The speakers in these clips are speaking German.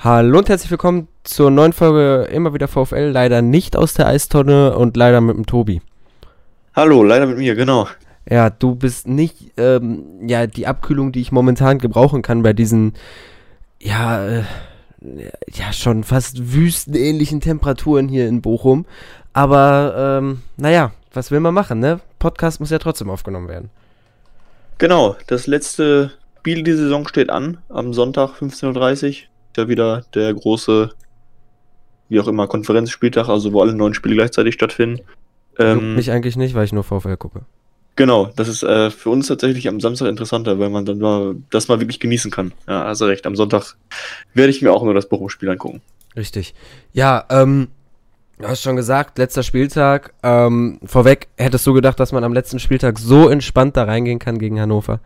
Hallo und herzlich willkommen zur neuen Folge Immer wieder VfL. Leider nicht aus der Eistonne und leider mit dem Tobi. Hallo, leider mit mir, genau. Ja, du bist nicht die Abkühlung, die ich momentan gebrauchen kann bei diesen, ja, äh, schon fast wüstenähnlichen Temperaturen hier in Bochum. Aber, was will man machen, ne? Podcast muss ja trotzdem aufgenommen werden. Genau, das letzte Spiel dieser Saison steht an, am Sonntag 15:30 Uhr. Ist ja wieder der große, wie auch immer, Konferenzspieltag, also wo alle 9 Spiele gleichzeitig stattfinden. Juckt mich eigentlich nicht, weil ich nur VfL gucke. Genau, das ist für uns tatsächlich am Samstag interessanter, weil man dann das mal wirklich genießen kann. Ja, hast du recht, am Sonntag werde ich mir auch nur das Bochum-Spiel angucken. Richtig. Ja, du hast schon gesagt, letzter Spieltag. Vorweg, hättest du gedacht, dass man am letzten Spieltag so entspannt da reingehen kann gegen Hannover?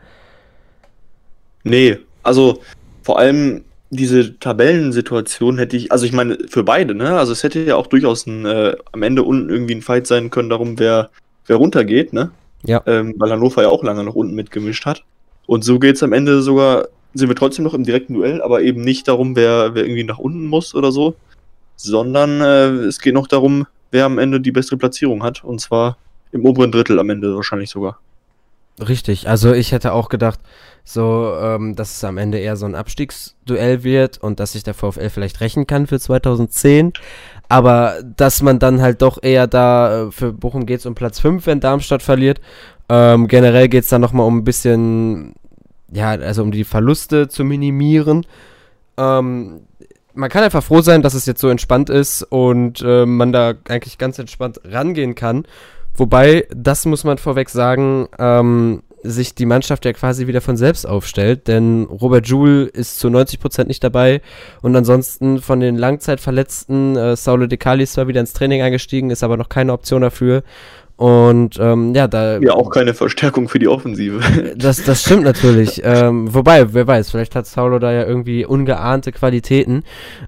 Nee, also vor allem diese Tabellensituation hätte ich, also ich meine, für beide, ne? Also es hätte ja auch durchaus am Ende unten irgendwie ein Fight sein können darum, wer runtergeht, ne? Ja. Weil Hannover ja auch lange noch unten mitgemischt hat. Und so geht es am Ende sogar, sind wir trotzdem noch im direkten Duell, aber eben nicht darum, wer irgendwie nach unten muss oder so, sondern es geht noch darum, wer am Ende die bessere Platzierung hat. Und zwar im oberen Drittel am Ende wahrscheinlich sogar. Richtig, also ich hätte auch gedacht, dass es am Ende eher so ein Abstiegsduell wird und dass sich der VfL vielleicht rächen kann für 2010, aber dass man dann halt doch eher für Bochum geht es um Platz 5, wenn Darmstadt verliert. Generell geht es dann nochmal um ein bisschen, also um die Verluste zu minimieren. Man kann einfach froh sein, dass es jetzt so entspannt ist und man da eigentlich ganz entspannt rangehen kann. Wobei, das muss man vorweg sagen, sich die Mannschaft ja quasi wieder von selbst aufstellt, denn Robert Joule ist zu 90% nicht dabei und ansonsten von den Langzeitverletzten, Saulo De Cali ist zwar wieder ins Training eingestiegen, ist aber noch keine Option dafür und Ja, auch keine Verstärkung für die Offensive. Das stimmt natürlich, wobei, wer weiß, vielleicht hat Saulo da ja irgendwie ungeahnte Qualitäten,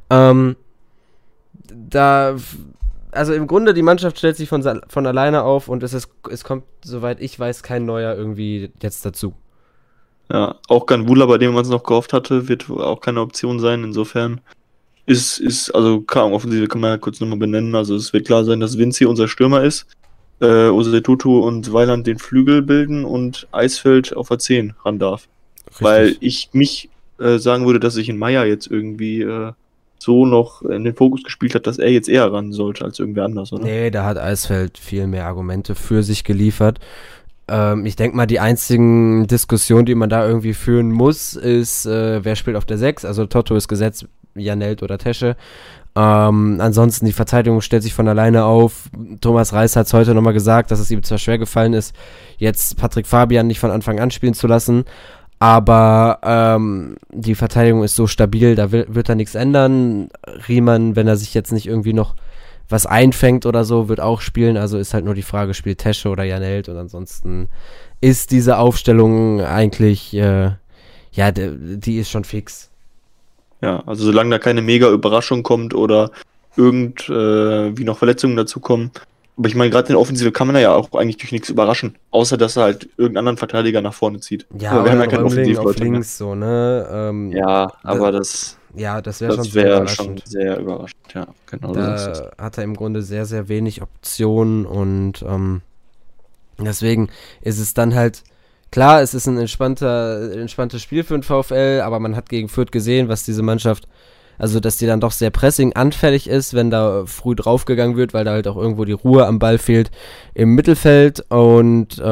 also im Grunde, die Mannschaft stellt sich von alleine auf und es kommt, soweit ich weiß, kein neuer irgendwie jetzt dazu. Ja, auch Ganvula, bei dem man es noch gehofft hatte, wird auch keine Option sein. Insofern also Offensive kann man ja kurz nochmal benennen. Also es wird klar sein, dass Vinci unser Stürmer ist, Ose Tutu und Weiland den Flügel bilden und Eisfeld auf der 10 ran darf. Richtig. Weil ich sagen würde, dass sich in Meier jetzt irgendwie so noch in den Fokus gespielt hat, dass er jetzt eher ran sollte als irgendwer anders, oder? Nee, da hat Eisfeld viel mehr Argumente für sich geliefert. Ich denke mal, die einzigen Diskussionen, die man da irgendwie führen muss, ist, wer spielt auf der 6? Also Toto ist gesetzt, Janelt oder Tesche. Ansonsten, die Verteidigung stellt sich von alleine auf. Thomas Reis hat es heute nochmal gesagt, dass es ihm zwar schwer gefallen ist, jetzt Patrick Fabian nicht von Anfang an spielen zu lassen, aber die Verteidigung ist so stabil, da wird er nichts ändern. Riemann, wenn er sich jetzt nicht irgendwie noch was einfängt oder so, wird auch spielen. Also ist halt nur die Frage, spielt Tesche oder Janelt? Und ansonsten ist diese Aufstellung eigentlich, die ist schon fix. Ja, also solange da keine mega Überraschung kommt oder wie noch Verletzungen dazu kommen. Aber ich meine, gerade in der Offensive kann man ja auch eigentlich durch nichts überraschen, außer dass er halt irgendeinen anderen Verteidiger nach vorne zieht. Ja, aber wir haben ja keinen Römling auf Offensivleute mehr. links, so, ne? Ja, aber das wäre schon sehr wäre überraschend. schon sehr überraschend, ja, genau. Da hat er im Grunde sehr, sehr wenig Optionen und deswegen ist es dann halt, klar, es ist ein entspanntes Spiel für den VfL, aber man hat gegen Fürth gesehen, was diese Mannschaft, also dass die dann doch sehr pressing-anfällig ist, wenn da früh draufgegangen wird, weil da halt auch irgendwo die Ruhe am Ball fehlt im Mittelfeld und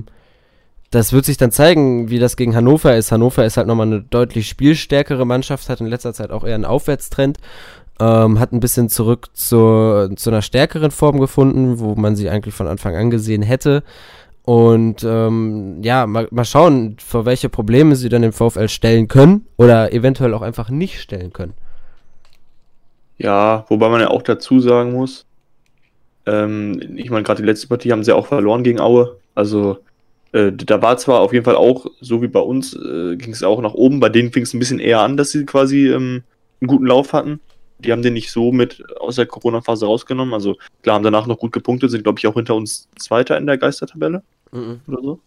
das wird sich dann zeigen, wie das gegen Hannover ist. Hannover ist halt nochmal eine deutlich spielstärkere Mannschaft, hat in letzter Zeit auch eher einen Aufwärtstrend, hat ein bisschen zurück zu einer stärkeren Form gefunden, wo man sie eigentlich von Anfang an gesehen hätte. Und mal schauen, vor welche Probleme sie dann im VfL stellen können oder eventuell auch einfach nicht stellen können. Ja, wobei man ja auch dazu sagen muss, ich meine, gerade die letzte Partie haben sie auch verloren gegen Aue. Also da war zwar auf jeden Fall auch, so wie bei uns, ging es auch nach oben. Bei denen fing es ein bisschen eher an, dass sie quasi einen guten Lauf hatten. Die haben den nicht so mit aus der Corona-Phase rausgenommen. Also klar, haben danach noch gut gepunktet, sind glaube ich auch hinter uns Zweiter in der Geistertabelle oder so.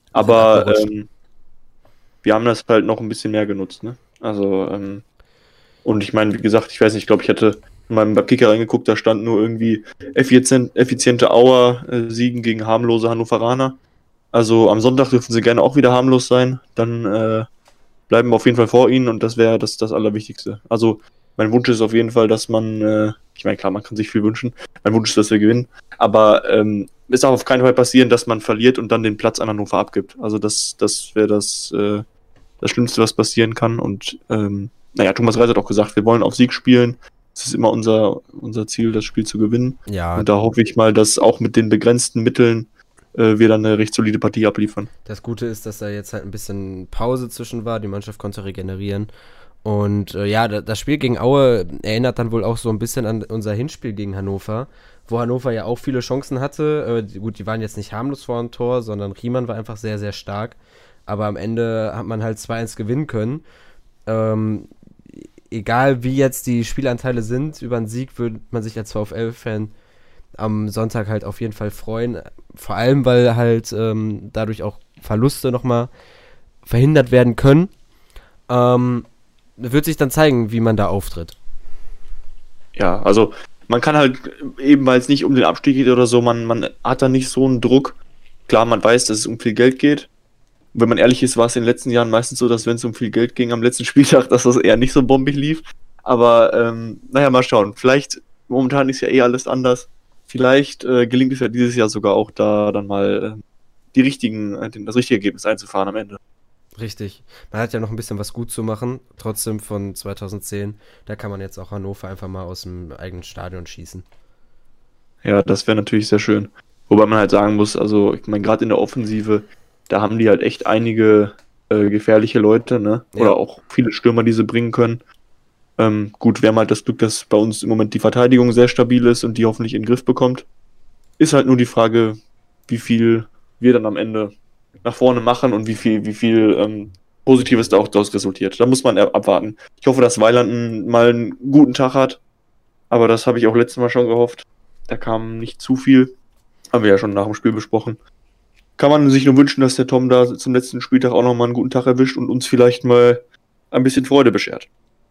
Aber wir haben das halt noch ein bisschen mehr genutzt, ne? Also Und ich meine, wie gesagt, ich weiß nicht, ich glaube, ich hatte in meinem Kicker reingeguckt, da stand nur irgendwie effiziente Auer siegen gegen harmlose Hannoveraner. Also am Sonntag dürfen sie gerne auch wieder harmlos sein. Dann bleiben wir auf jeden Fall vor ihnen und das wäre das Allerwichtigste. Also mein Wunsch ist auf jeden Fall, dass man, ich meine, klar, man kann sich viel wünschen. Mein Wunsch ist, dass wir gewinnen. Aber es darf auf keinen Fall passieren, dass man verliert und dann den Platz an Hannover abgibt. Also das wäre das Schlimmste, was passieren kann. Und Thomas Reis hat auch gesagt, wir wollen auf Sieg spielen. Es ist immer unser Ziel, das Spiel zu gewinnen. Ja. Und da hoffe ich mal, dass auch mit den begrenzten Mitteln wir dann eine recht solide Partie abliefern. Das Gute ist, dass da jetzt halt ein bisschen Pause zwischen war. Die Mannschaft konnte regenerieren. Und das Spiel gegen Aue erinnert dann wohl auch so ein bisschen an unser Hinspiel gegen Hannover, wo Hannover ja auch viele Chancen hatte. Gut, die waren jetzt nicht harmlos vor dem Tor, sondern Riemann war einfach sehr, sehr stark. Aber am Ende hat man halt 2-1 gewinnen können. Egal wie jetzt die Spielanteile sind, über einen Sieg würde man sich als VfL-Fan am Sonntag halt auf jeden Fall freuen. Vor allem, weil halt dadurch auch Verluste nochmal verhindert werden können. Wird sich dann zeigen, wie man da auftritt. Ja, also man kann halt eben, weil es nicht um den Abstieg geht oder so, man hat da nicht so einen Druck. Klar, man weiß, dass es um viel Geld geht. Und wenn man ehrlich ist, war es in den letzten Jahren meistens so, dass wenn es um viel Geld ging am letzten Spieltag, dass das eher nicht so bombig lief. Aber mal schauen. Vielleicht, momentan ist ja eh alles anders. Vielleicht gelingt es ja dieses Jahr sogar auch da dann mal das richtige Ergebnis einzufahren am Ende. Richtig. Man hat ja noch ein bisschen was gut zu machen, trotzdem von 2010. Da kann man jetzt auch Hannover einfach mal aus dem eigenen Stadion schießen. Ja, das wäre natürlich sehr schön. Wobei man halt sagen muss, also ich meine, gerade in der Offensive, da haben die halt echt einige gefährliche Leute, ne? Oder Ja. auch viele Stürmer, die sie bringen können. Gut, wir haben halt das Glück, dass bei uns im Moment die Verteidigung sehr stabil ist und die hoffentlich in den Griff bekommt. Ist halt nur die Frage, wie viel wir dann am Ende nach vorne machen und wie viel Positives da auch daraus resultiert. Da muss man abwarten. Ich hoffe, dass Weiland mal einen guten Tag hat, aber das habe ich auch letztes Mal schon gehofft. Da kam nicht zu viel. Haben wir ja schon nach dem Spiel besprochen. Kann man sich nur wünschen, dass der Tom da zum letzten Spieltag auch nochmal einen guten Tag erwischt und uns vielleicht mal ein bisschen Freude beschert.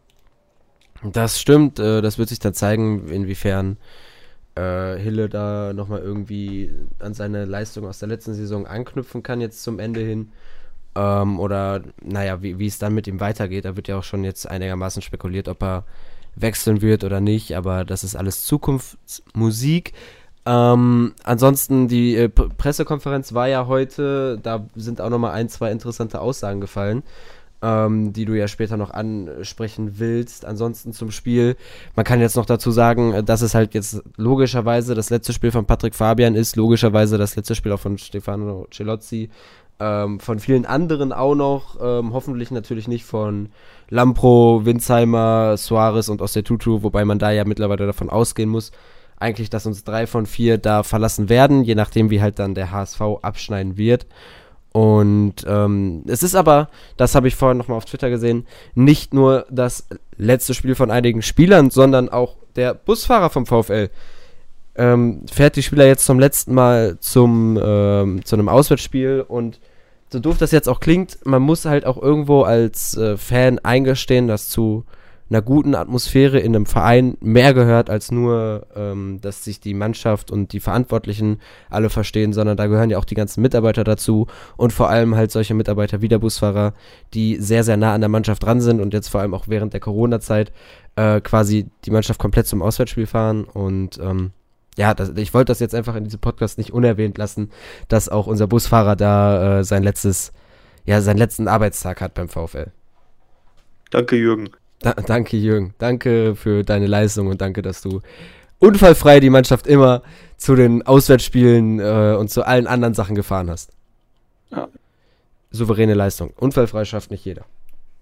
Das stimmt, das wird sich dann zeigen, inwiefern Hille da nochmal irgendwie an seine Leistung aus der letzten Saison anknüpfen kann jetzt zum Ende hin. Oder, wie es dann mit ihm weitergeht. Da wird ja auch schon jetzt einigermaßen spekuliert, ob er wechseln wird oder nicht, aber das ist alles Zukunftsmusik. Ansonsten, die Pressekonferenz war ja heute, da sind auch nochmal 1, 2 interessante Aussagen gefallen, die du ja später noch ansprechen willst. Ansonsten zum Spiel, man kann jetzt noch dazu sagen, dass es halt jetzt logischerweise das letzte Spiel von Patrick Fabian ist, logischerweise das letzte Spiel auch von Stefano Celozzi, von vielen anderen auch noch, hoffentlich natürlich nicht von Lampro, Winsheimer, Suarez und Ossetutu, wobei man da ja mittlerweile davon ausgehen muss, eigentlich, dass uns 3 von 4 da verlassen werden, je nachdem, wie halt dann der HSV abschneiden wird. Und es ist aber, das habe ich vorhin nochmal auf Twitter gesehen, nicht nur das letzte Spiel von einigen Spielern, sondern auch der Busfahrer vom VfL fährt die Spieler jetzt zum letzten Mal zu einem Auswärtsspiel. Und so doof das jetzt auch klingt, man muss halt auch irgendwo als Fan eingestehen, dass zu einer guten Atmosphäre in einem Verein mehr gehört als nur, dass sich die Mannschaft und die Verantwortlichen alle verstehen, sondern da gehören ja auch die ganzen Mitarbeiter dazu und vor allem halt solche Mitarbeiter wie der Busfahrer, die sehr, sehr nah an der Mannschaft dran sind und jetzt vor allem auch während der Corona-Zeit quasi die Mannschaft komplett zum Auswärtsspiel fahren. Und ich wollte das jetzt einfach in diesem Podcast nicht unerwähnt lassen, dass auch unser Busfahrer da seinen letzten Arbeitstag hat beim VfL. Danke, Jürgen. Danke, Jürgen. Danke für deine Leistung und danke, dass du unfallfrei die Mannschaft immer zu den Auswärtsspielen und zu allen anderen Sachen gefahren hast. Ja. Souveräne Leistung. Unfallfrei schafft nicht jeder.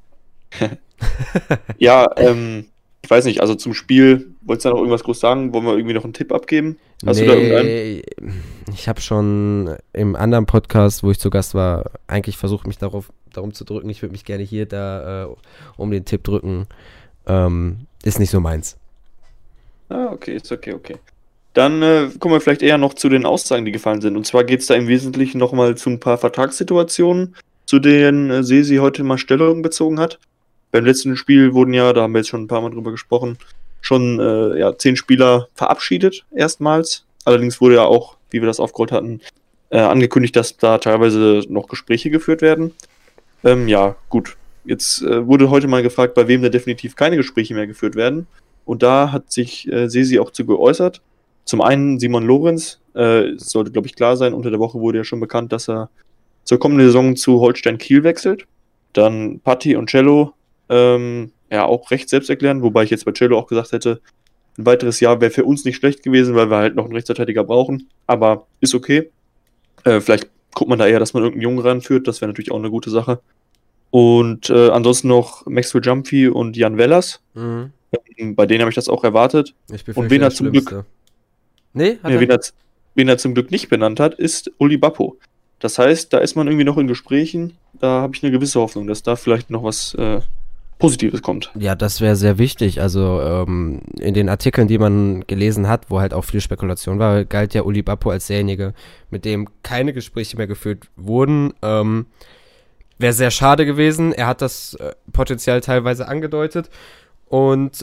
Ja, ich weiß nicht, also zum Spiel, wolltest du da noch irgendwas groß sagen? Wollen wir irgendwie noch einen Tipp abgeben? Hast du da irgendeinen? Ich habe schon im anderen Podcast, wo ich zu Gast war, eigentlich versucht, mich darum zu drücken. Ich würde mich gerne hier um den Tipp drücken. Ist nicht so meins. Ah, okay, ist okay. Dann kommen wir vielleicht eher noch zu den Aussagen, die gefallen sind. Und zwar geht es da im Wesentlichen nochmal zu ein paar Vertragssituationen, zu denen Sesi heute mal Stellung bezogen hat. Beim letzten Spiel wurden ja, da haben wir jetzt schon ein paar Mal drüber gesprochen, schon 10 Spieler verabschiedet erstmals. Allerdings wurde ja auch, wie wir das aufgerollt hatten, angekündigt, dass da teilweise noch Gespräche geführt werden. Ja, gut. Jetzt wurde heute mal gefragt, bei wem da definitiv keine Gespräche mehr geführt werden. Und da hat sich Sesi auch zu geäußert. Zum einen Simon Lorenz, es sollte, glaube ich, klar sein, unter der Woche wurde ja schon bekannt, dass er zur kommenden Saison zu Holstein Kiel wechselt. Dann Patti und Cello, auch recht selbsterklärend, wobei ich jetzt bei Cello auch gesagt hätte, ein weiteres Jahr wäre für uns nicht schlecht gewesen, weil wir halt noch einen Rechtsverteidiger brauchen. Aber ist okay. Vielleicht guckt man da eher, dass man irgendeinen Jungen ranführt. Das wäre natürlich auch eine gute Sache. Und ansonsten noch Maxwell Jumpy und Jan Wellers. Mhm. Bei denen habe ich das auch erwartet. Und wen er zum Glück... Nee, wen er zum Glück nicht benannt hat, ist Uli Bappo. Das heißt, da ist man irgendwie noch in Gesprächen. Da habe ich eine gewisse Hoffnung, dass da vielleicht noch was Positives kommt. Ja, das wäre sehr wichtig. Also in den Artikeln, die man gelesen hat, wo halt auch viel Spekulation war, galt ja Uli Bappo als derjenige, mit dem keine Gespräche mehr geführt wurden. Wäre sehr schade gewesen. Er hat das Potenzial teilweise angedeutet. Und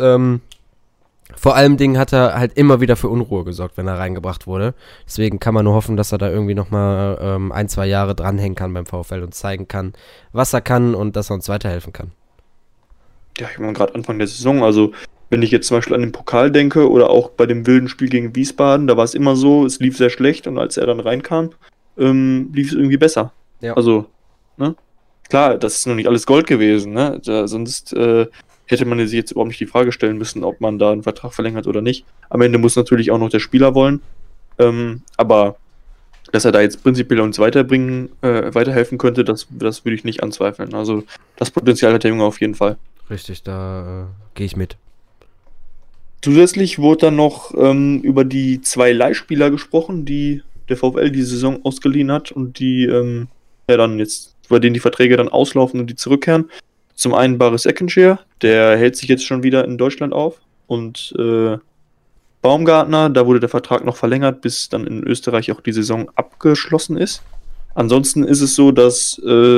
vor allem Dingen hat er halt immer wieder für Unruhe gesorgt, wenn er reingebracht wurde. Deswegen kann man nur hoffen, dass er da irgendwie nochmal 1-2 Jahre dranhängen kann beim VfL und zeigen kann, was er kann und dass er uns weiterhelfen kann. Ja, ich meine, gerade Anfang der Saison, also wenn ich jetzt zum Beispiel an den Pokal denke oder auch bei dem wilden Spiel gegen Wiesbaden, da war es immer so, es lief sehr schlecht und als er dann reinkam, lief es irgendwie besser. Ja. Also, ne? Klar, das ist noch nicht alles Gold gewesen, ne? Sonst hätte man sich jetzt überhaupt nicht die Frage stellen müssen, ob man da einen Vertrag verlängert oder nicht. Am Ende muss natürlich auch noch der Spieler wollen. Aber dass er da jetzt prinzipiell uns weiterhelfen könnte, das würde ich nicht anzweifeln. Also das Potenzial hat der Junge auf jeden Fall. Richtig, da gehe ich mit. Zusätzlich wurde dann noch über die 2 Leihspieler gesprochen, die der VfL die Saison ausgeliehen hat und die dann jetzt, bei denen die Verträge dann auslaufen und die zurückkehren. Zum einen Baris Eckenschir, der hält sich jetzt schon wieder in Deutschland auf. Und Baumgartner, da wurde der Vertrag noch verlängert, bis dann in Österreich auch die Saison abgeschlossen ist. Ansonsten ist es so, dass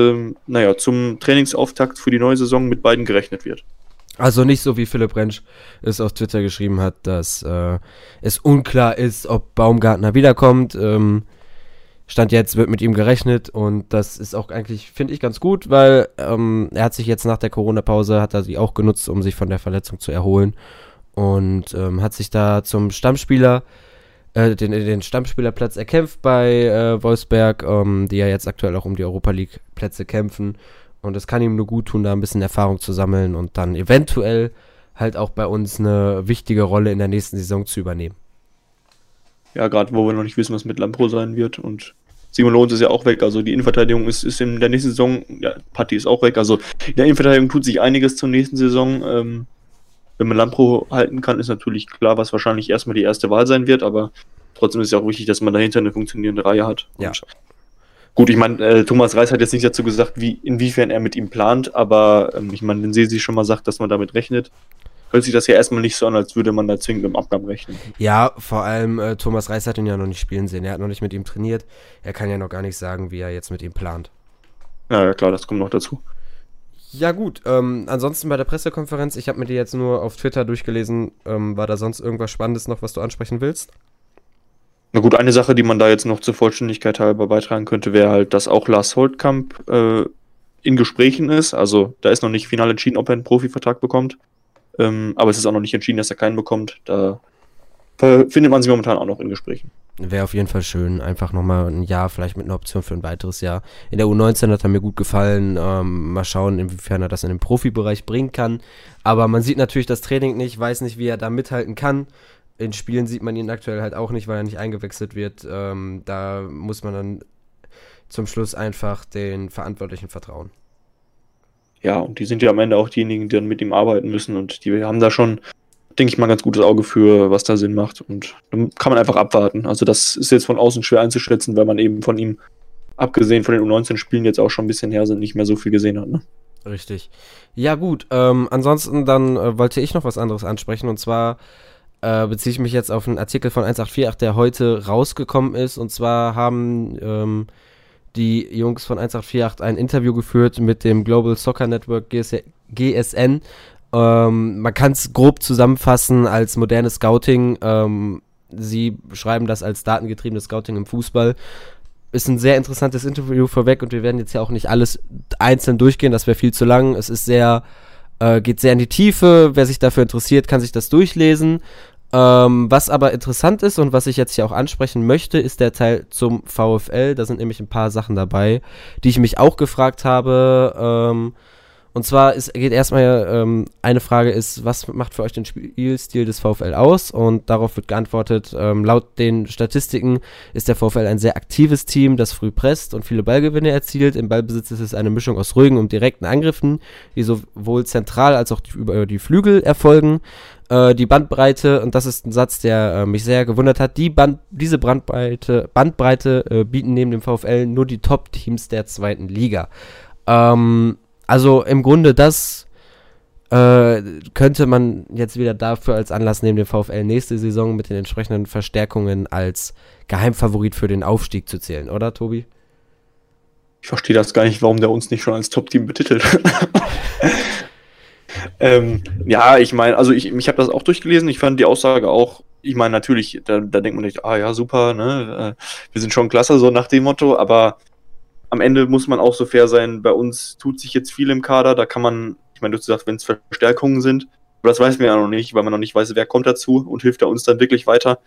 zum Trainingsauftakt für die neue Saison mit beiden gerechnet wird. Also nicht so, wie Philipp Rentsch es auf Twitter geschrieben hat, dass es unklar ist, ob Baumgartner wiederkommt. Stand jetzt, wird mit ihm gerechnet und das ist auch eigentlich, finde ich, ganz gut, weil er hat sich jetzt nach der Corona-Pause, hat er sie auch genutzt, um sich von der Verletzung zu erholen und hat sich da zum Stammspieler, den Stammspielerplatz erkämpft bei Wolfsberg, die ja jetzt aktuell auch um die Europa-League-Plätze kämpfen und es kann ihm nur gut tun, da ein bisschen Erfahrung zu sammeln und dann eventuell halt auch bei uns eine wichtige Rolle in der nächsten Saison zu übernehmen. Ja, gerade wo wir noch nicht wissen, was mit Lampro sein wird und Simon Lorenz ist ja auch weg, also die Innenverteidigung ist in der nächsten Saison, ja, Patti ist auch weg, also in der Innenverteidigung tut sich einiges zur nächsten Saison. Wenn man Lampro halten kann, ist natürlich klar, was wahrscheinlich erstmal die erste Wahl sein wird, aber trotzdem ist es ja auch wichtig, dass man dahinter eine funktionierende Reihe hat. Ja. Und gut, ich meine, Thomas Reis hat jetzt nicht dazu gesagt, inwiefern er mit ihm plant, aber ich meine, wenn Sesi schon mal sagt, dass man damit rechnet, hört sich das ja erstmal nicht so an, als würde man da zwingend mit dem Abgang rechnen. Ja, vor allem Thomas Reis hat ihn ja noch nicht spielen sehen. Er hat noch nicht mit ihm trainiert. Er kann ja noch gar nicht sagen, wie er jetzt mit ihm plant. Ja, klar, das kommt noch dazu. Ja gut, ansonsten bei der Pressekonferenz, ich habe mir die jetzt nur auf Twitter durchgelesen, war da sonst irgendwas Spannendes noch, was du ansprechen willst? Na gut, eine Sache, die man da jetzt noch zur Vollständigkeit halber beitragen könnte, wäre halt, dass auch Lars Holtkamp in Gesprächen ist. Also da ist noch nicht final entschieden, ob er einen Profivertrag bekommt. Aber es ist auch noch nicht entschieden, dass er keinen bekommt. Da findet man sich momentan auch noch in Gesprächen. Wäre auf jeden Fall schön. Einfach nochmal ein Jahr, vielleicht mit einer Option für ein weiteres Jahr. In der U19 hat er mir gut gefallen. Mal schauen, inwiefern er das in den Profibereich bringen kann. Aber man sieht natürlich das Training nicht, weiß nicht, wie er da mithalten kann. In Spielen sieht man ihn aktuell halt auch nicht, weil er nicht eingewechselt wird. Da muss man dann zum Schluss einfach den Verantwortlichen vertrauen. Ja, und die sind ja am Ende auch diejenigen, die dann mit ihm arbeiten müssen und die haben da schon, denke ich mal, ein ganz gutes Auge für, was da Sinn macht und dann kann man einfach abwarten. Also das ist jetzt von außen schwer einzuschätzen, weil man eben von ihm, abgesehen von den U19-Spielen jetzt auch schon ein bisschen her sind, nicht mehr so viel gesehen hat, ne? Richtig. Ja gut, ansonsten dann wollte ich noch was anderes ansprechen und zwar beziehe ich mich jetzt auf einen Artikel von 1848, der heute rausgekommen ist und zwar haben die Jungs von 1848 ein Interview geführt mit dem Global Soccer Network GSN. Man kann es grob zusammenfassen als modernes Scouting. Sie schreiben das als datengetriebenes Scouting im Fußball. Ist ein sehr interessantes Interview vorweg und wir werden jetzt ja auch nicht alles einzeln durchgehen, das wäre viel zu lang. Es ist geht sehr in die Tiefe. Wer sich dafür interessiert, kann sich das durchlesen. Was aber interessant ist und was ich jetzt hier auch ansprechen möchte, ist der Teil zum VfL. Da sind nämlich ein paar Sachen dabei, die ich mich auch gefragt habe. Und zwar geht erstmal, eine Frage ist, was macht für euch den Spielstil des VfL aus? Und darauf wird geantwortet, laut den Statistiken ist der VfL ein sehr aktives Team, das früh presst und viele Ballgewinne erzielt. Im Ballbesitz ist es eine Mischung aus ruhigen und direkten Angriffen, die sowohl zentral als auch über die Flügel erfolgen. Die Bandbreite, und das ist ein Satz, der mich sehr gewundert hat, diese Bandbreite bieten neben dem VfL nur die Top-Teams der zweiten Liga. Also im Grunde das könnte man jetzt wieder dafür als Anlass nehmen, den VfL nächste Saison mit den entsprechenden Verstärkungen als Geheimfavorit für den Aufstieg zu zählen, oder Tobi? Ich verstehe das gar nicht, warum der uns nicht schon als Top-Team betitelt. Ja, ich meine, also ich habe das auch durchgelesen, ich fand die Aussage auch, ich meine natürlich, da denkt man nicht, ja super, ne, wir sind schon klasse, so nach dem Motto, aber am Ende muss man auch so fair sein, bei uns tut sich jetzt viel im Kader, da kann man, ich meine, du sagst, wenn es Verstärkungen sind, aber das weiß man ja noch nicht, weil man noch nicht weiß, wer kommt dazu und hilft er uns dann wirklich weiter.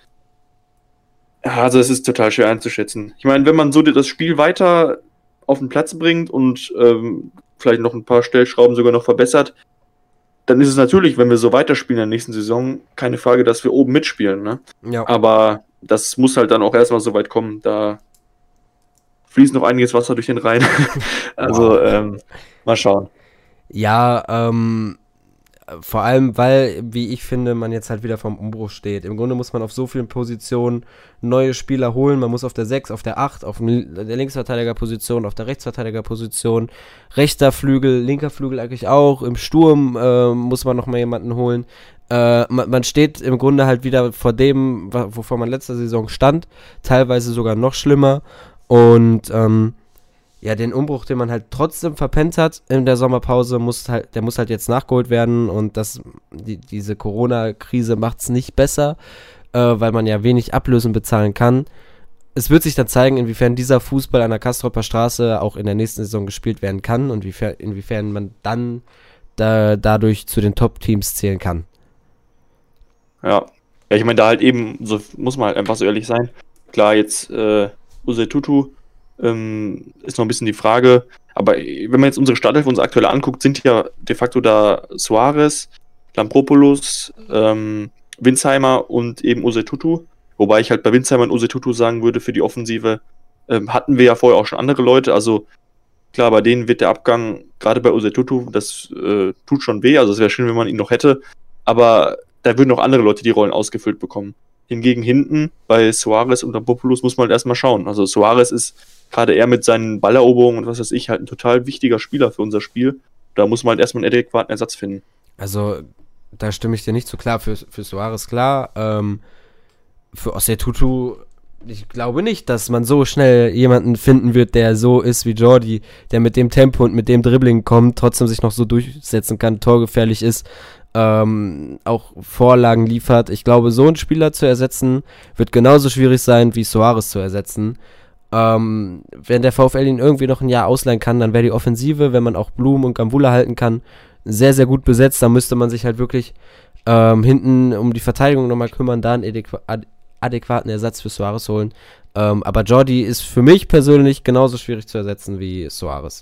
Ja, also es ist total schwer einzuschätzen. Ich meine, wenn man so das Spiel weiter auf den Platz bringt und vielleicht noch ein paar Stellschrauben sogar noch verbessert, dann ist es natürlich, wenn wir so weiterspielen in der nächsten Saison, keine Frage, dass wir oben mitspielen, ne? Ja. Aber das muss halt dann auch erstmal so weit kommen, da fließt noch einiges Wasser durch den Rhein. Also, mal schauen. Ja, vor allem, weil, wie ich finde, man jetzt halt wieder vorm Umbruch steht. Im Grunde muss man auf so vielen Positionen neue Spieler holen. Man muss auf der 6, auf der 8, auf der Linksverteidigerposition, auf der Rechtsverteidigerposition, rechter Flügel, linker Flügel eigentlich auch. Im Sturm muss man nochmal jemanden holen. Man steht im Grunde halt wieder vor dem, wovor man letzte Saison stand. Teilweise sogar noch schlimmer. Und ja, den Umbruch, den man halt trotzdem verpennt hat in der Sommerpause, muss halt jetzt nachgeholt werden und diese Corona-Krise macht es nicht besser, weil man ja wenig Ablösen bezahlen kann. Es wird sich dann zeigen, inwiefern dieser Fußball an der Castropper Straße auch in der nächsten Saison gespielt werden kann und inwiefern man dann dadurch zu den Top-Teams zählen kann. Ja, ich meine, da halt eben, so muss man halt einfach so ehrlich sein. Klar, jetzt Usai Tutu ist noch ein bisschen die Frage, aber wenn man jetzt unsere Startelf, unsere aktuelle anguckt, sind ja de facto da Suarez, Lampropoulos, Winsheimer und eben Usai Tutu, wobei ich halt bei Winsheimer und Usai Tutu sagen würde, für die Offensive hatten wir ja vorher auch schon andere Leute, also klar, bei denen wird der Abgang, gerade bei Usai Tutu, das tut schon weh, also es wäre schön, wenn man ihn noch hätte, aber da würden auch andere Leute die Rollen ausgefüllt bekommen. Hingegen hinten bei Suarez und Lampropoulos muss man halt erstmal schauen. Also Suarez ist gerade er mit seinen Balleroberungen und was weiß ich halt ein total wichtiger Spieler für unser Spiel. Da muss man halt erstmal einen adäquaten Ersatz finden. Also, da stimme ich dir nicht so klar. Für Suarez klar. Für Osei Tutu, ich glaube nicht, dass man so schnell jemanden finden wird, der so ist wie Jordi, der mit dem Tempo und mit dem Dribbling kommt, trotzdem sich noch so durchsetzen kann, torgefährlich ist. Auch Vorlagen liefert. Ich glaube, so einen Spieler zu ersetzen, wird genauso schwierig sein, wie Suarez zu ersetzen. Wenn der VfL ihn irgendwie noch ein Jahr ausleihen kann, dann wäre die Offensive, wenn man auch Blum und Gambula halten kann, sehr, sehr gut besetzt. Da müsste man sich halt wirklich hinten um die Verteidigung nochmal kümmern, da einen adäquaten Ersatz für Suarez holen. Aber Jordi ist für mich persönlich genauso schwierig zu ersetzen wie Suarez.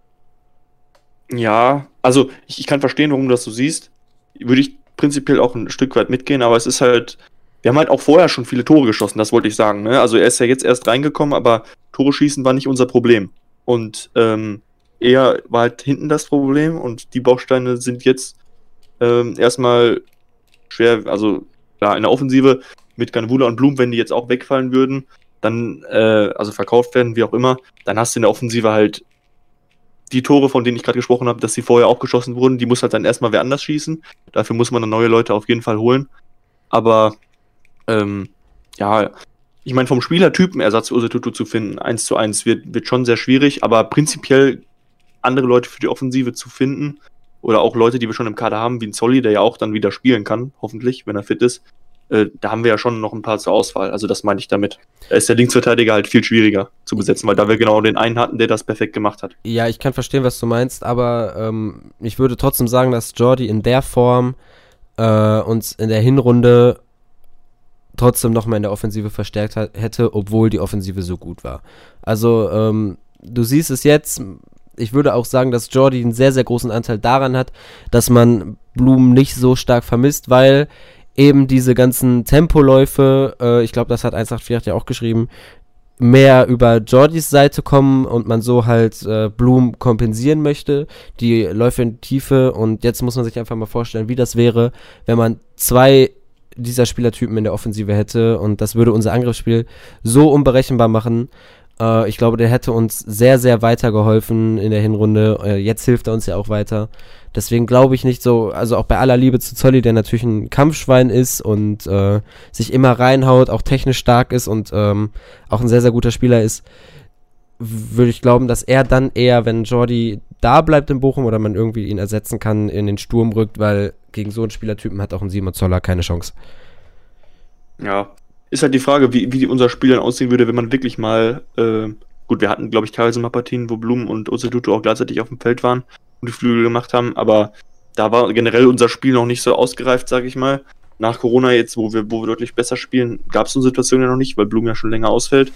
Ja, also ich kann verstehen, warum du das so siehst. Würde ich prinzipiell auch ein Stück weit mitgehen, aber es ist halt, wir haben halt auch vorher schon viele Tore geschossen, das wollte ich sagen, ne? Also er ist ja jetzt erst reingekommen, aber Tore schießen war nicht unser Problem. Und eher war halt hinten das Problem und die Bausteine sind jetzt erstmal schwer, also klar, in der Offensive mit Ganvula und Blum, wenn die jetzt auch wegfallen würden, dann, also verkauft werden, wie auch immer, dann hast du in der Offensive halt die Tore, von denen ich gerade gesprochen habe, dass sie vorher auch geschossen wurden, die muss halt dann erstmal wer anders schießen. Dafür muss man dann neue Leute auf jeden Fall holen. Aber ja, ich meine, vom Spielertypen Ersatz für Usai Tutu zu finden, 1:1, wird schon sehr schwierig, aber prinzipiell andere Leute für die Offensive zu finden, oder auch Leute, die wir schon im Kader haben, wie ein Zolli, der ja auch dann wieder spielen kann, hoffentlich, wenn er fit ist, da haben wir ja schon noch ein paar zur Auswahl. Also das meine ich damit. Da ist der Linksverteidiger halt viel schwieriger zu besetzen, weil da wir genau den einen hatten, der das perfekt gemacht hat. Ja, ich kann verstehen, was du meinst, aber ich würde trotzdem sagen, dass Jordi in der Form uns in der Hinrunde trotzdem nochmal in der Offensive verstärkt hätte, obwohl die Offensive so gut war. Also, du siehst es jetzt, ich würde auch sagen, dass Jordi einen sehr, sehr großen Anteil daran hat, dass man Blum nicht so stark vermisst, weil eben diese ganzen Tempoläufe, ich glaube, das hat 184 ja auch geschrieben, mehr über Jordis Seite kommen und man so halt Blum kompensieren möchte, die Läufe in die Tiefe, und jetzt muss man sich einfach mal vorstellen, wie das wäre, wenn man 2 dieser Spielertypen in der Offensive hätte, und das würde unser Angriffsspiel so unberechenbar machen. Ich glaube, der hätte uns sehr, sehr weitergeholfen in der Hinrunde. Jetzt hilft er uns ja auch weiter. Deswegen glaube ich nicht so, also auch bei aller Liebe zu Zolli, der natürlich ein Kampfschwein ist und sich immer reinhaut, auch technisch stark ist und auch ein sehr, sehr guter Spieler ist, würde ich glauben, dass er dann eher, wenn Jordi da bleibt in Bochum oder man irgendwie ihn ersetzen kann, in den Sturm rückt, weil gegen so einen Spielertypen hat auch ein Simon Zoller keine Chance. Ja, ist halt die Frage, wie unser Spiel dann aussehen würde, wenn man wirklich mal, gut, wir hatten, glaube ich, teilweise mal Partien, wo Blum und Oseduto auch gleichzeitig auf dem Feld waren und die Flügel gemacht haben, aber da war generell unser Spiel noch nicht so ausgereift, sage ich mal. Nach Corona jetzt, wo wir deutlich besser spielen, gab es so eine Situation ja noch nicht, weil Blum ja schon länger ausfällt.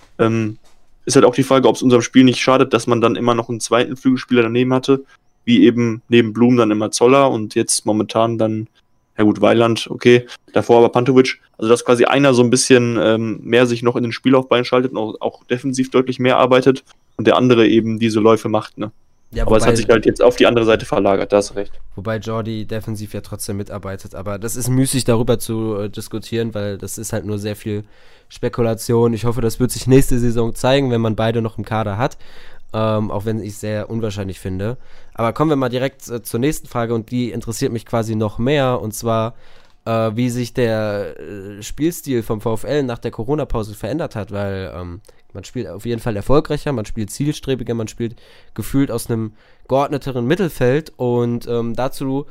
Ist halt auch die Frage, ob es unserem Spiel nicht schadet, dass man dann immer noch einen zweiten Flügelspieler daneben hatte, wie eben neben Blum dann immer Zoller und jetzt momentan dann, ja gut, Weiland, okay, davor aber Pantovic. Also dass quasi einer so ein bisschen mehr sich noch in den Spielaufbau schaltet und auch defensiv deutlich mehr arbeitet und der andere eben diese Läufe macht, ne? Ja, aber es hat sich halt jetzt auf die andere Seite verlagert, da hast du recht. Wobei Jordi defensiv ja trotzdem mitarbeitet, aber das ist müßig darüber zu diskutieren, weil das ist halt nur sehr viel Spekulation. Ich hoffe, das wird sich nächste Saison zeigen, wenn man beide noch im Kader hat, auch wenn ich es sehr unwahrscheinlich finde. Aber kommen wir mal direkt zur nächsten Frage, und die interessiert mich quasi noch mehr, und zwar wie sich der Spielstil vom VfL nach der Corona-Pause verändert hat, weil man spielt auf jeden Fall erfolgreicher, man spielt zielstrebiger, man spielt gefühlt aus einem geordneteren Mittelfeld, und dazu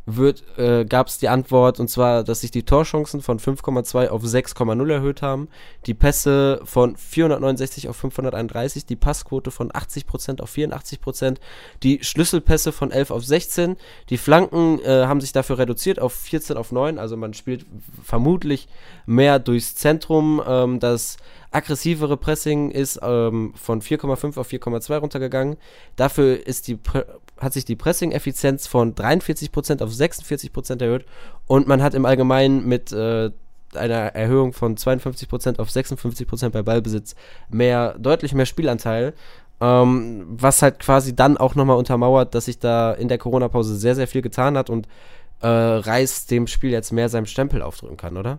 gab es die Antwort, und zwar, dass sich die Torchancen von 5,2 auf 6,0 erhöht haben, die Pässe von 469 auf 531, die Passquote von 80% auf 84%, die Schlüsselpässe von 11 auf 16, die Flanken haben sich dafür reduziert auf 14 auf 9, also man spielt vermutlich mehr durchs Zentrum, das aggressivere Pressing ist von 4,5 auf 4,2 runtergegangen. Dafür ist hat sich die Pressing-Effizienz von 43% auf 46% erhöht, und man hat im Allgemeinen mit einer Erhöhung von 52% auf 56% bei Ballbesitz deutlich mehr Spielanteil, was halt quasi dann auch nochmal untermauert, dass sich da in der Corona-Pause sehr, sehr viel getan hat und Reis dem Spiel jetzt mehr seinem Stempel aufdrücken kann, oder?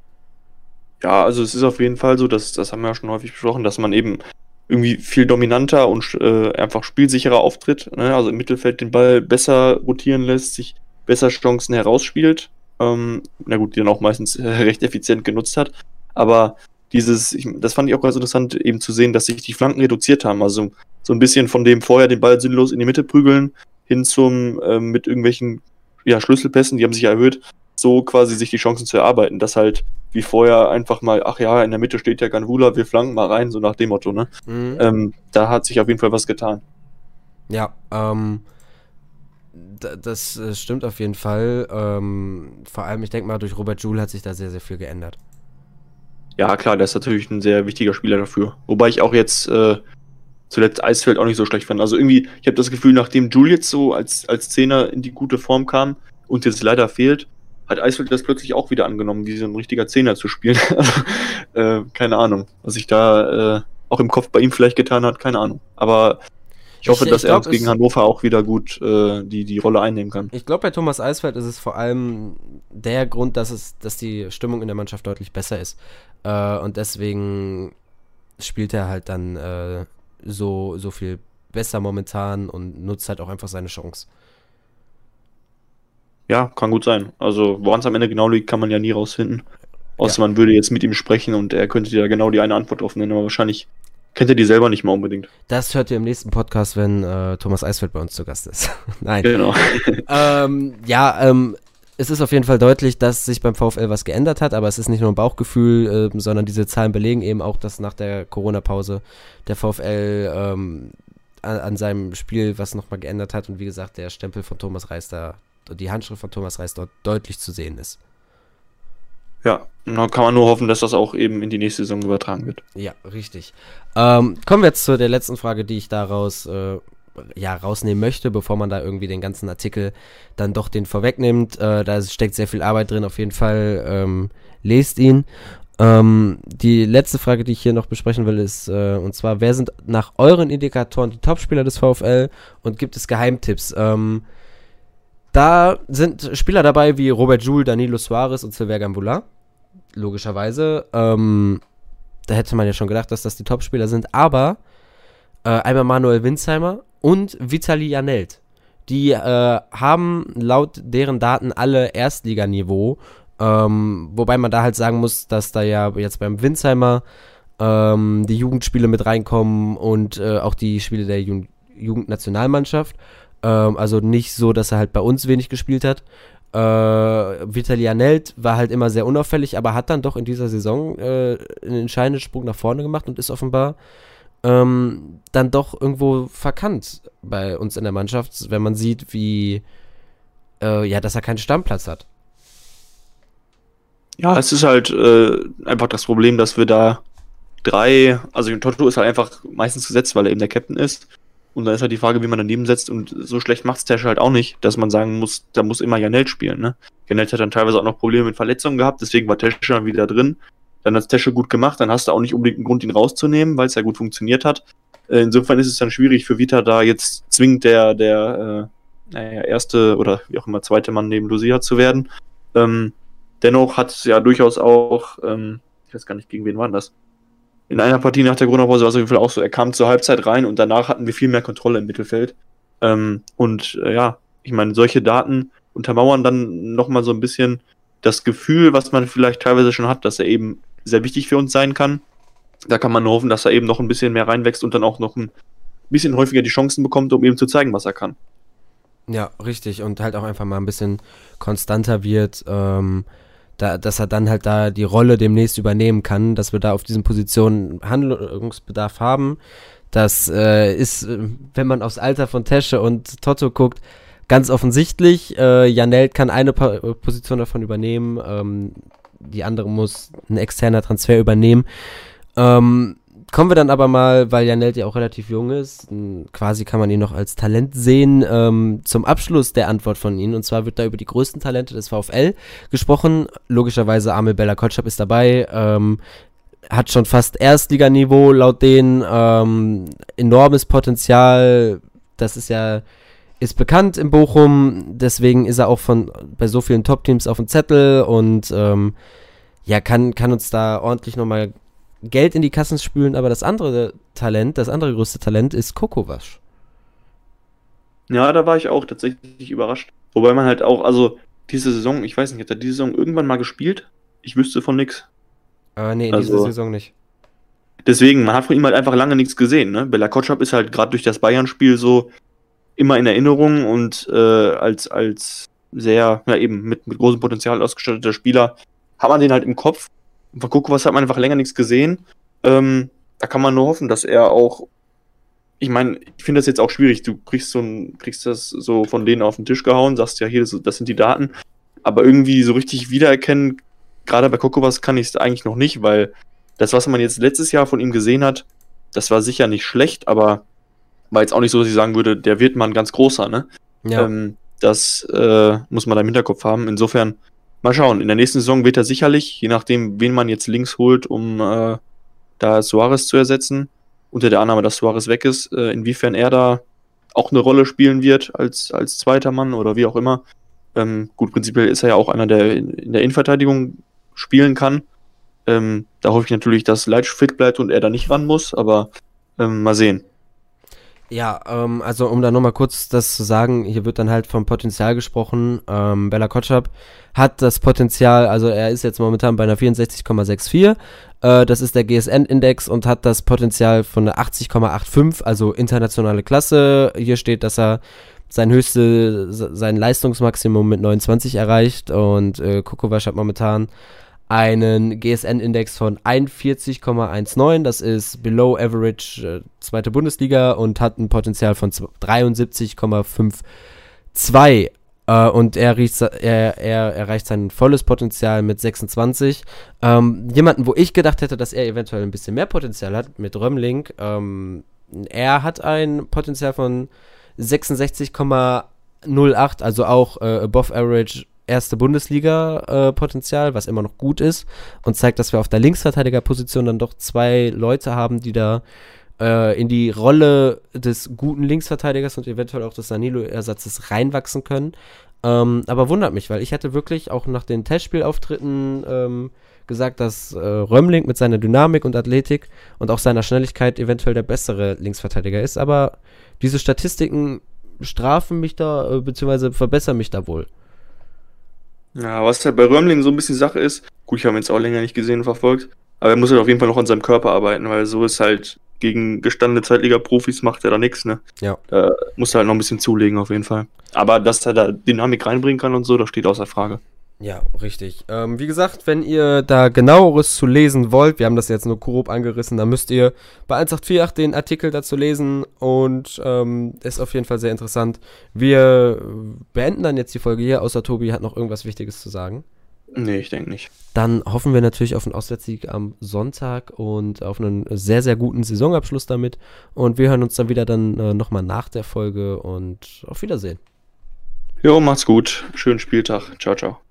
Ja, also es ist auf jeden Fall so, das haben wir ja schon häufig besprochen, dass man eben irgendwie viel dominanter und einfach spielsicherer auftritt, ne? Also im Mittelfeld den Ball besser rotieren lässt, sich besser Chancen herausspielt, na gut, die dann auch meistens recht effizient genutzt hat, aber das fand ich auch ganz interessant, eben zu sehen, dass sich die Flanken reduziert haben, also so ein bisschen von dem vorher den Ball sinnlos in die Mitte prügeln, hin zum mit irgendwelchen Schlüsselpässen, die haben sich erhöht, so quasi sich die Chancen zu erarbeiten, dass halt wie vorher einfach mal, ach ja, in der Mitte steht ja Ganvula, wir flanken mal rein, so nach dem Motto, ne? Mhm. Da hat sich auf jeden Fall was getan. Ja, das stimmt auf jeden Fall. Vor allem, ich denke mal, durch Robert Joule hat sich da sehr, sehr viel geändert. Ja, klar, der ist natürlich ein sehr wichtiger Spieler dafür. Wobei ich auch jetzt zuletzt Eisfeld auch nicht so schlecht fand. Also irgendwie, ich habe das Gefühl, nachdem Joule jetzt so als Zehner in die gute Form kam und jetzt leider fehlt, hat Eisfeld das plötzlich auch wieder angenommen, wie so ein richtiger Zehner zu spielen. Keine Ahnung, was sich da auch im Kopf bei ihm vielleicht getan hat, keine Ahnung. Aber ich hoffe, dass er uns gegen Hannover auch wieder gut die Rolle einnehmen kann. Ich glaube, bei Thomas Eisfeld ist es vor allem der Grund, dass die Stimmung in der Mannschaft deutlich besser ist. Und deswegen spielt er halt dann so viel besser momentan und nutzt halt auch einfach seine Chance. Ja, kann gut sein. Also, woran es am Ende genau liegt, kann man ja nie rausfinden. Außer man würde jetzt mit ihm sprechen und er könnte dir genau die eine Antwort drauf nennen, aber wahrscheinlich kennt er die selber nicht mal unbedingt. Das hört ihr im nächsten Podcast, wenn Thomas Eisfeld bei uns zu Gast ist. Nein. Genau. Es ist auf jeden Fall deutlich, dass sich beim VfL was geändert hat, aber es ist nicht nur ein Bauchgefühl, sondern diese Zahlen belegen eben auch, dass nach der Corona-Pause der VfL an seinem Spiel was nochmal geändert hat und wie gesagt, der Stempel von Thomas Reis die Handschrift von Thomas Reis dort deutlich zu sehen ist. Ja, und dann kann man nur hoffen, dass das auch eben in die nächste Saison übertragen wird. Ja, richtig. Kommen wir jetzt zu der letzten Frage, die ich daraus rausnehmen möchte, bevor man da irgendwie den ganzen Artikel dann doch den vorwegnimmt. Da steckt sehr viel Arbeit drin, auf jeden Fall. Lest ihn. Die letzte Frage, die ich hier noch besprechen will, ist, und zwar, wer sind nach euren Indikatoren die Topspieler des VfL und gibt es Geheimtipps? Da sind Spieler dabei wie Robert Joule, Danilo Suarez und Sylvain Gamboula. Logischerweise. Da hätte man ja schon gedacht, dass das die Topspieler sind, aber einmal Manuel Winsheimer und Vitali Janelt. Die haben laut deren Daten alle Erstliganiveau, wobei man da halt sagen muss, dass da ja jetzt beim Winsheimer die Jugendspiele mit reinkommen und auch die Spiele der Jugendnationalmannschaft. Also nicht so, dass er halt bei uns wenig gespielt hat. Vitali Janelt war halt immer sehr unauffällig, aber hat dann doch in dieser Saison einen entscheidenden Sprung nach vorne gemacht und ist offenbar dann doch irgendwo verkannt bei uns in der Mannschaft, wenn man sieht, wie dass er keinen Stammplatz hat. Ja, es ist halt einfach das Problem, dass wir da also Toto ist halt einfach meistens gesetzt, weil er eben der Captain ist. Und dann ist halt die Frage, wie man daneben setzt. Und so schlecht macht es Tesche halt auch nicht, dass man sagen muss, da muss immer Janelt spielen. Ne? Janelt hat dann teilweise auch noch Probleme mit Verletzungen gehabt, deswegen war Tesche dann wieder drin. Dann hat Tesche gut gemacht, dann hast du auch nicht unbedingt einen Grund, ihn rauszunehmen, weil es ja gut funktioniert hat. Insofern ist es dann schwierig für Vita da jetzt zwingend der erste oder wie auch immer zweite Mann neben Lucia zu werden. Dennoch hat es ja durchaus auch, ich weiß gar nicht, gegen wen war das? In einer Partie nach der Corona-Pause war es auf jeden Fall auch so, er kam zur Halbzeit rein und danach hatten wir viel mehr Kontrolle im Mittelfeld. Ich meine, solche Daten untermauern dann nochmal so ein bisschen das Gefühl, was man vielleicht teilweise schon hat, dass er eben sehr wichtig für uns sein kann. Da kann man nur hoffen, dass er eben noch ein bisschen mehr reinwächst und dann auch noch ein bisschen häufiger die Chancen bekommt, um eben zu zeigen, was er kann. Ja, richtig. Und halt auch einfach mal ein bisschen konstanter wird, dass er dann halt da die Rolle demnächst übernehmen kann, dass wir da auf diesen Positionen Handlungsbedarf haben. Das ist, wenn man aufs Alter von Tesche und Toto guckt, ganz offensichtlich. Janelt kann eine Position davon übernehmen, die andere muss ein externer Transfer übernehmen. Kommen wir dann aber mal, weil Janelt ja auch relativ jung ist, quasi kann man ihn noch als Talent sehen, zum Abschluss der Antwort von Ihnen. Und zwar wird da über die größten Talente des VfL gesprochen. Logischerweise Amel Bella-Kotschap ist dabei, hat schon fast Erstliganiveau laut denen, enormes Potenzial, das ist bekannt in Bochum, deswegen ist er auch bei so vielen Top-Teams auf dem Zettel und kann uns da ordentlich nochmal Geld in die Kassen spülen, aber das andere größte Talent ist Kokovac. Ja, da war ich auch tatsächlich überrascht. Wobei man halt auch, also diese Saison, ich weiß nicht, hat er diese Saison irgendwann mal gespielt? Ich wüsste von nix. Nee, in dieser Saison nicht. Deswegen, man hat von ihm halt einfach lange nichts gesehen. Ne? Bella Kotschap ist halt gerade durch das Bayern-Spiel so immer in Erinnerung und als sehr, eben mit großem Potenzial ausgestatteter Spieler hat man den halt im Kopf. Und von Kokovac hat man einfach länger nichts gesehen. Da kann man nur hoffen, dass er auch, ich meine, ich finde das jetzt auch schwierig. Du kriegst das so von denen auf den Tisch gehauen, sagst ja hier, das sind die Daten. Aber irgendwie so richtig wiedererkennen, gerade bei Kokovac kann ich es eigentlich noch nicht, weil das, was man jetzt letztes Jahr von ihm gesehen hat, das war sicher nicht schlecht, aber war jetzt auch nicht so, dass ich sagen würde, der wird mal ein ganz großer, ne? Ja. Das muss man da im Hinterkopf haben. Insofern, mal schauen. In der nächsten Saison wird er sicherlich, je nachdem, wen man jetzt links holt, um da Suarez zu ersetzen, unter der Annahme, dass Suarez weg ist, inwiefern er da auch eine Rolle spielen wird als zweiter Mann oder wie auch immer. Gut, prinzipiell ist er ja auch einer, der in der Innenverteidigung spielen kann. Da hoffe ich natürlich, dass Leitsch fit bleibt und er da nicht ran muss, aber mal sehen. Ja, also um da nochmal kurz das zu sagen, hier wird dann halt vom Potenzial gesprochen. Bella Kotschap hat das Potenzial, also er ist jetzt momentan bei einer 64,64. Das ist der GSN-Index und hat das Potenzial von einer 80,85, also internationale Klasse. Hier steht, dass er sein Leistungsmaximum mit 29 erreicht und Kukovac hat momentan einen GSN-Index von 41,19, das ist below average zweite Bundesliga und hat ein Potenzial von 73,52 und er erreicht sein volles Potenzial mit 26. Jemanden, wo ich gedacht hätte, dass er eventuell ein bisschen mehr Potenzial hat, mit Römling, er hat ein Potenzial von 66,08, also auch above average erste Bundesliga-Potenzial, was immer noch gut ist und zeigt, dass wir auf der Linksverteidigerposition dann doch zwei Leute haben, die da in die Rolle des guten Linksverteidigers und eventuell auch des Danilo-Ersatzes reinwachsen können. Aber wundert mich, weil ich hätte wirklich auch nach den Testspielauftritten gesagt, dass Römling mit seiner Dynamik und Athletik und auch seiner Schnelligkeit eventuell der bessere Linksverteidiger ist. Aber diese Statistiken strafen mich da, beziehungsweise verbessern mich da wohl. Ja, was halt bei Römling so ein bisschen Sache ist, gut, ich habe ihn jetzt auch länger nicht gesehen und verfolgt, aber er muss halt auf jeden Fall noch an seinem Körper arbeiten, weil so ist halt gegen gestandene Zweitliga-Profis macht er da nichts, ne? Ja. Da muss er halt noch ein bisschen zulegen auf jeden Fall. Aber dass er da Dynamik reinbringen kann und so, das steht außer Frage. Ja, richtig. Wie gesagt, wenn ihr da genaueres zu lesen wollt, wir haben das jetzt nur grob angerissen, dann müsst ihr bei 1848 den Artikel dazu lesen und ist auf jeden Fall sehr interessant. Wir beenden dann jetzt die Folge hier, außer Tobi hat noch irgendwas Wichtiges zu sagen. Nee, ich denke nicht. Dann hoffen wir natürlich auf einen Auswärtssieg am Sonntag und auf einen sehr, sehr guten Saisonabschluss damit. Und wir hören uns dann wieder nochmal nach der Folge und auf Wiedersehen. Jo, macht's gut. Schönen Spieltag. Ciao, ciao.